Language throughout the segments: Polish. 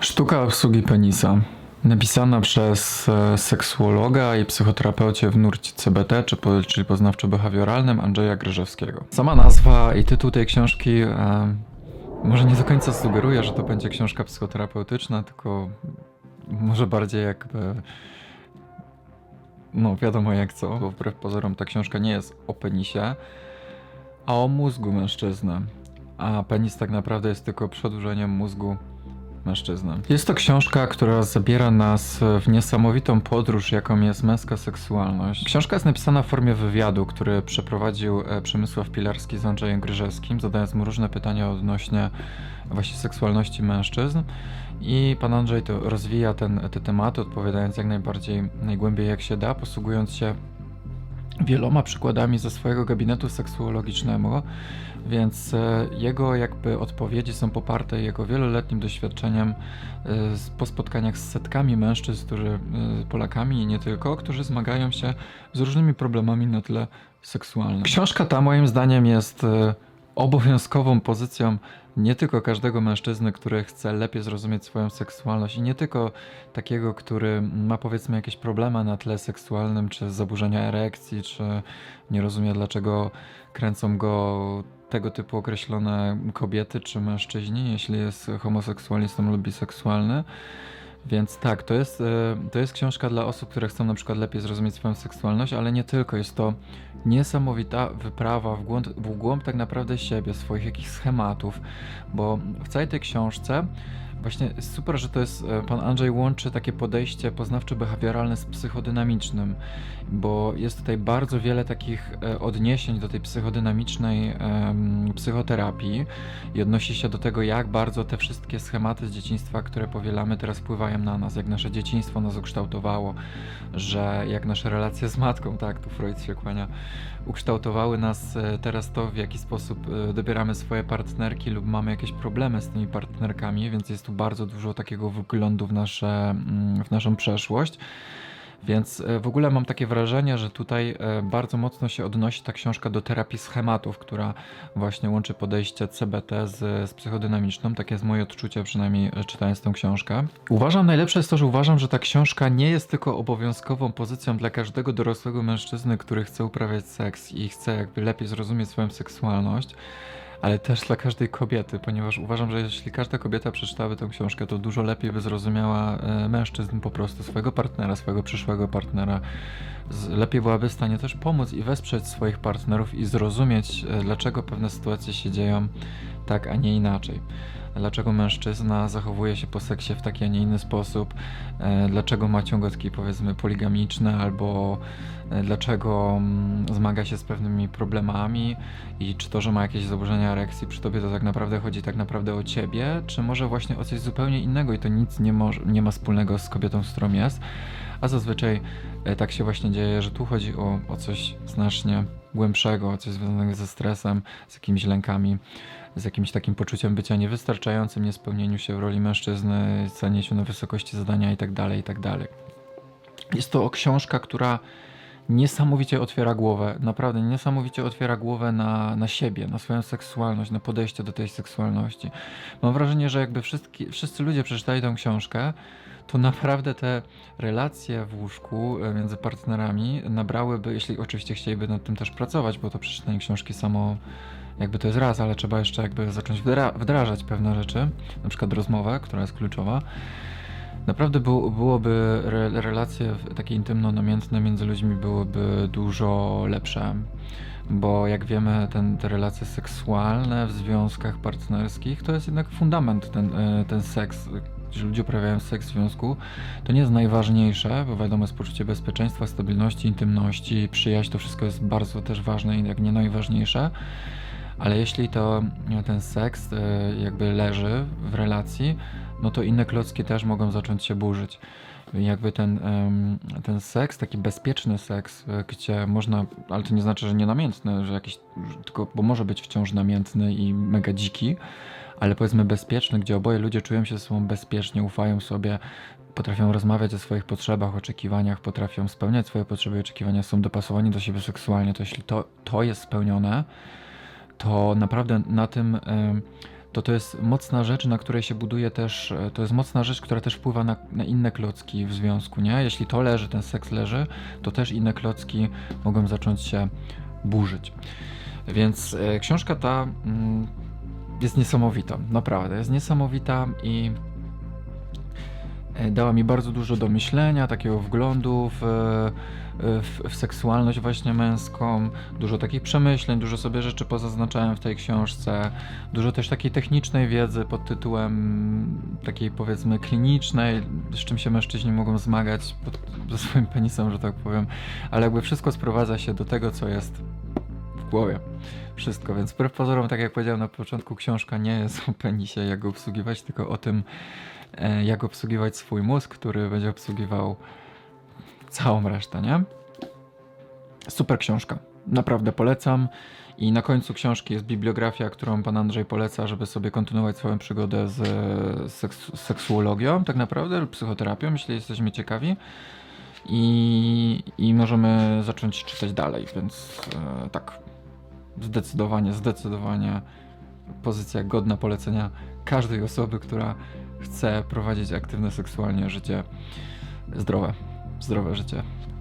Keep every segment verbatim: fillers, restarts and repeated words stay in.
Sztuka obsługi penisa. Napisana przez e, seksuologa i psychoterapeucie w nurcie C B T, czy po, czyli poznawczo-behawioralnym, Andrzeja Gryżewskiego. Sama nazwa i tytuł tej książki e, może nie do końca sugeruje, że to będzie książka psychoterapeutyczna, tylko może bardziej jakby... No wiadomo jak co, bo wbrew pozorom ta książka nie jest o penisie, a o mózgu mężczyzny. A penis tak naprawdę jest tylko przedłużeniem mózgu mężczyzny. Jest to książka, która zabiera nas w niesamowitą podróż, jaką jest męska seksualność. Książka jest napisana w formie wywiadu, który przeprowadził Przemysław Pilarski z Andrzejem Gryżewskim, zadając mu różne pytania odnośnie właśnie seksualności mężczyzn. I pan Andrzej to rozwija ten, te tematy, odpowiadając jak najbardziej, najgłębiej jak się da, posługując się wieloma przykładami ze swojego gabinetu seksuologicznego, więc jego jakby odpowiedzi są poparte jego wieloletnim doświadczeniem po spotkaniach z setkami mężczyzn, którzy, Polakami i nie tylko, którzy zmagają się z różnymi problemami na tle seksualnym. Książka ta moim zdaniem jest obowiązkową pozycją nie tylko każdego mężczyzny, który chce lepiej zrozumieć swoją seksualność i nie tylko takiego, który ma powiedzmy jakieś problemy na tle seksualnym, czy zaburzenia erekcji, czy nie rozumie dlaczego kręcą go tego typu określone kobiety czy mężczyźni, jeśli jest homoseksualistą lub biseksualny. Więc tak, to jest, to jest książka dla osób, które chcą na przykład lepiej zrozumieć swoją seksualność, ale nie tylko. Jest to niesamowita wyprawa w głąb, w głąb tak naprawdę siebie, swoich jakichś schematów, bo w całej tej książce właśnie jest super, że to jest, pan Andrzej łączy takie podejście poznawczo-behawioralne z psychodynamicznym, bo jest tutaj bardzo wiele takich odniesień do tej psychodynamicznej um, psychoterapii i odnosi się do tego, jak bardzo te wszystkie schematy z dzieciństwa, które powielamy, teraz wpływają na nas, jak nasze dzieciństwo nas ukształtowało, że jak nasze relacje z matką, tak, tu Freud się kłania, ukształtowały nas teraz to, w jaki sposób dobieramy swoje partnerki lub mamy jakieś problemy z tymi partnerkami, więc jest tu bardzo dużo takiego wglądu w, nasze, w naszą przeszłość. Więc w ogóle mam takie wrażenie, że tutaj bardzo mocno się odnosi ta książka do terapii schematów, która właśnie łączy podejście C B T z, z psychodynamiczną. Takie jest moje odczucie, przynajmniej czytając tę książkę. Uważam, najlepsze jest to, że uważam, że ta książka nie jest tylko obowiązkową pozycją dla każdego dorosłego mężczyzny, który chce uprawiać seks i chce jakby lepiej zrozumieć swoją seksualność, ale też dla każdej kobiety, ponieważ uważam, że jeśli każda kobieta przeczytałaby tę książkę, to dużo lepiej by zrozumiała mężczyzn po prostu, swojego partnera, swojego przyszłego partnera. Lepiej byłaby w stanie też pomóc i wesprzeć swoich partnerów i zrozumieć, dlaczego pewne sytuacje się dzieją tak, a nie inaczej. Dlaczego mężczyzna zachowuje się po seksie w taki, a nie inny sposób, dlaczego ma ciągotki powiedzmy poligamiczne, albo dlaczego zmaga się z pewnymi problemami i czy to, że ma jakieś zaburzenia erekcji przy tobie, to tak naprawdę chodzi tak naprawdę o ciebie, czy może właśnie o coś zupełnie innego i to nic nie, może, nie ma wspólnego z kobietą, z którą jest, a zazwyczaj tak się właśnie dzieje, że tu chodzi o, o coś znacznie głębszego, o coś związanego ze stresem, z jakimiś lękami, z jakimś takim poczuciem bycia niewystarczającym, niespełnieniu się w roli mężczyzny, stanięciu się na wysokości zadania itd., itd. Jest to książka, która niesamowicie otwiera głowę, naprawdę niesamowicie otwiera głowę na, na siebie, na swoją seksualność, na podejście do tej seksualności. Mam wrażenie, że jakby wszyscy, wszyscy ludzie przeczytali tę książkę, to naprawdę te relacje w łóżku między partnerami nabrałyby, jeśli oczywiście chcieliby nad tym też pracować, bo to przeczytanie książki samo jakby to jest raz, ale trzeba jeszcze jakby zacząć wdra- wdrażać pewne rzeczy, na przykład rozmowę, która jest kluczowa. Naprawdę było, byłoby re, relacje takie intymno-namiętne między ludźmi byłyby dużo lepsze, bo jak wiemy, ten, te relacje seksualne w związkach partnerskich to jest jednak fundament, ten, ten seks. Jeżeli ludzie uprawiają seks w związku, to nie jest najważniejsze, bo wiadomo, jest poczucie bezpieczeństwa, stabilności, intymności, przyjaźń, to wszystko jest bardzo też ważne i jak nie najważniejsze. Ale jeśli to ten seks jakby leży w relacji, no to inne klocki też mogą zacząć się burzyć. Jakby ten, ten seks, taki bezpieczny seks, gdzie można, ale to nie znaczy, że nie namiętny, że jakiś, tylko, bo może być wciąż namiętny i mega dziki, ale powiedzmy bezpieczny, gdzie oboje ludzie czują się ze sobą bezpiecznie, ufają sobie, potrafią rozmawiać o swoich potrzebach, oczekiwaniach, potrafią spełniać swoje potrzeby i oczekiwania, są dopasowani do siebie seksualnie, to jeśli to, to jest spełnione, to naprawdę na tym to to jest mocna rzecz, na której się buduje też, to jest mocna rzecz, która też wpływa na, na inne klocki w związku, nie? Jeśli to leży, ten seks leży, to też inne klocki mogą zacząć się burzyć. Więc e, książka ta mm, jest niesamowita, naprawdę, jest niesamowita i dała mi bardzo dużo do myślenia, takiego wglądu w, w, w seksualność właśnie męską, dużo takich przemyśleń, dużo sobie rzeczy pozaznaczałem w tej książce, dużo też takiej technicznej wiedzy pod tytułem takiej powiedzmy klinicznej, z czym się mężczyźni mogą zmagać pod, ze swoim penisem, że tak powiem, ale jakby wszystko sprowadza się do tego, co jest w głowie. Wszystko, więc wbrew pozorom, tak jak powiedziałem na początku, książka nie jest o penisie, jak go obsługiwać, tylko o tym, jak obsługiwać swój mózg, który będzie obsługiwał całą resztę, nie? Super książka, naprawdę polecam. I na końcu książki jest bibliografia, którą pan Andrzej poleca, żeby sobie kontynuować swoją przygodę z seks- seksuologią, tak naprawdę, lub psychoterapią, jeśli jesteśmy ciekawi. I, i możemy zacząć czytać dalej, więc e, tak, zdecydowanie, zdecydowanie pozycja godna polecenia każdej osoby, która chce prowadzić aktywne seksualnie życie, zdrowe, zdrowe życie.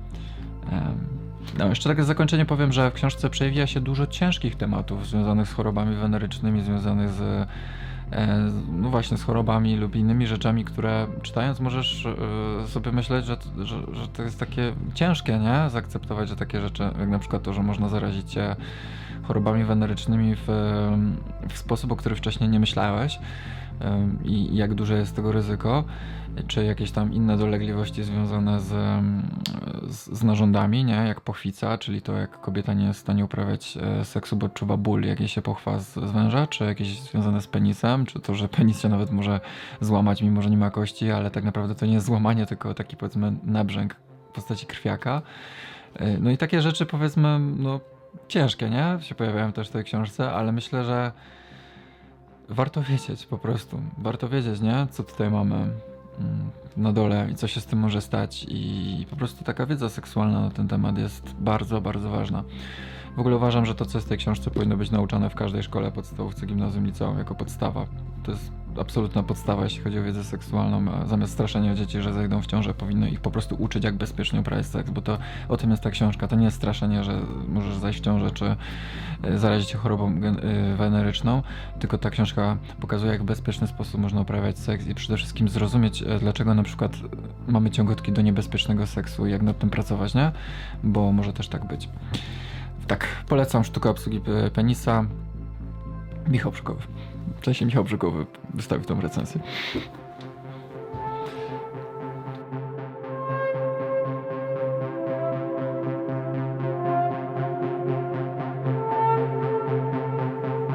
No, jeszcze tak na zakończenie powiem, że w książce przewija się dużo ciężkich tematów związanych z chorobami wenerycznymi, związanych z, no właśnie, z chorobami lub innymi rzeczami, które czytając możesz sobie myśleć, że, że, że to jest takie ciężkie, nie? Zaakceptować, że takie rzeczy, jak na przykład to, że można zarazić się chorobami wenerycznymi w, w sposób, o który wcześniej nie myślałeś i jak duże jest tego ryzyko, czy jakieś tam inne dolegliwości związane z, z, z narządami, nie? Jak pochwica, czyli to jak kobieta nie jest w stanie uprawiać seksu, bo odczuwa ból, jak jej się pochwa z, z węża, czy jakieś związane z penisem, czy to, że penis się nawet może złamać, mimo że nie ma kości, ale tak naprawdę to nie jest złamanie, tylko taki powiedzmy nabrzęk w postaci krwiaka. No i takie rzeczy powiedzmy, no ciężkie, nie? Się pojawiają też w tej książce, ale myślę, że warto wiedzieć po prostu. Warto wiedzieć, nie? Co tutaj mamy na dole i co się z tym może stać. I po prostu taka wiedza seksualna na ten temat jest bardzo, bardzo ważna. W ogóle uważam, że to, co jest w tej książce, powinno być nauczane w każdej szkole, podstawówce, gimnazjum, liceum, jako podstawa. To jest absolutna podstawa, jeśli chodzi o wiedzę seksualną, a zamiast straszenia dzieci, że zajdą w ciążę, powinno ich po prostu uczyć, jak bezpiecznie uprawiać seks, bo to o tym jest ta książka. To nie jest straszenie, że możesz zajść w ciążę, czy zarazić się chorobą weneryczną, tylko ta książka pokazuje, jak w bezpieczny sposób można uprawiać seks i przede wszystkim zrozumieć, dlaczego na przykład mamy ciągotki do niebezpiecznego seksu i jak nad tym pracować, nie? Bo może też tak być. Tak, polecam Sztukę obsługi penisa. Michał Brzykowy. W sensie Michał Brzykowy wystawił tą recenzję.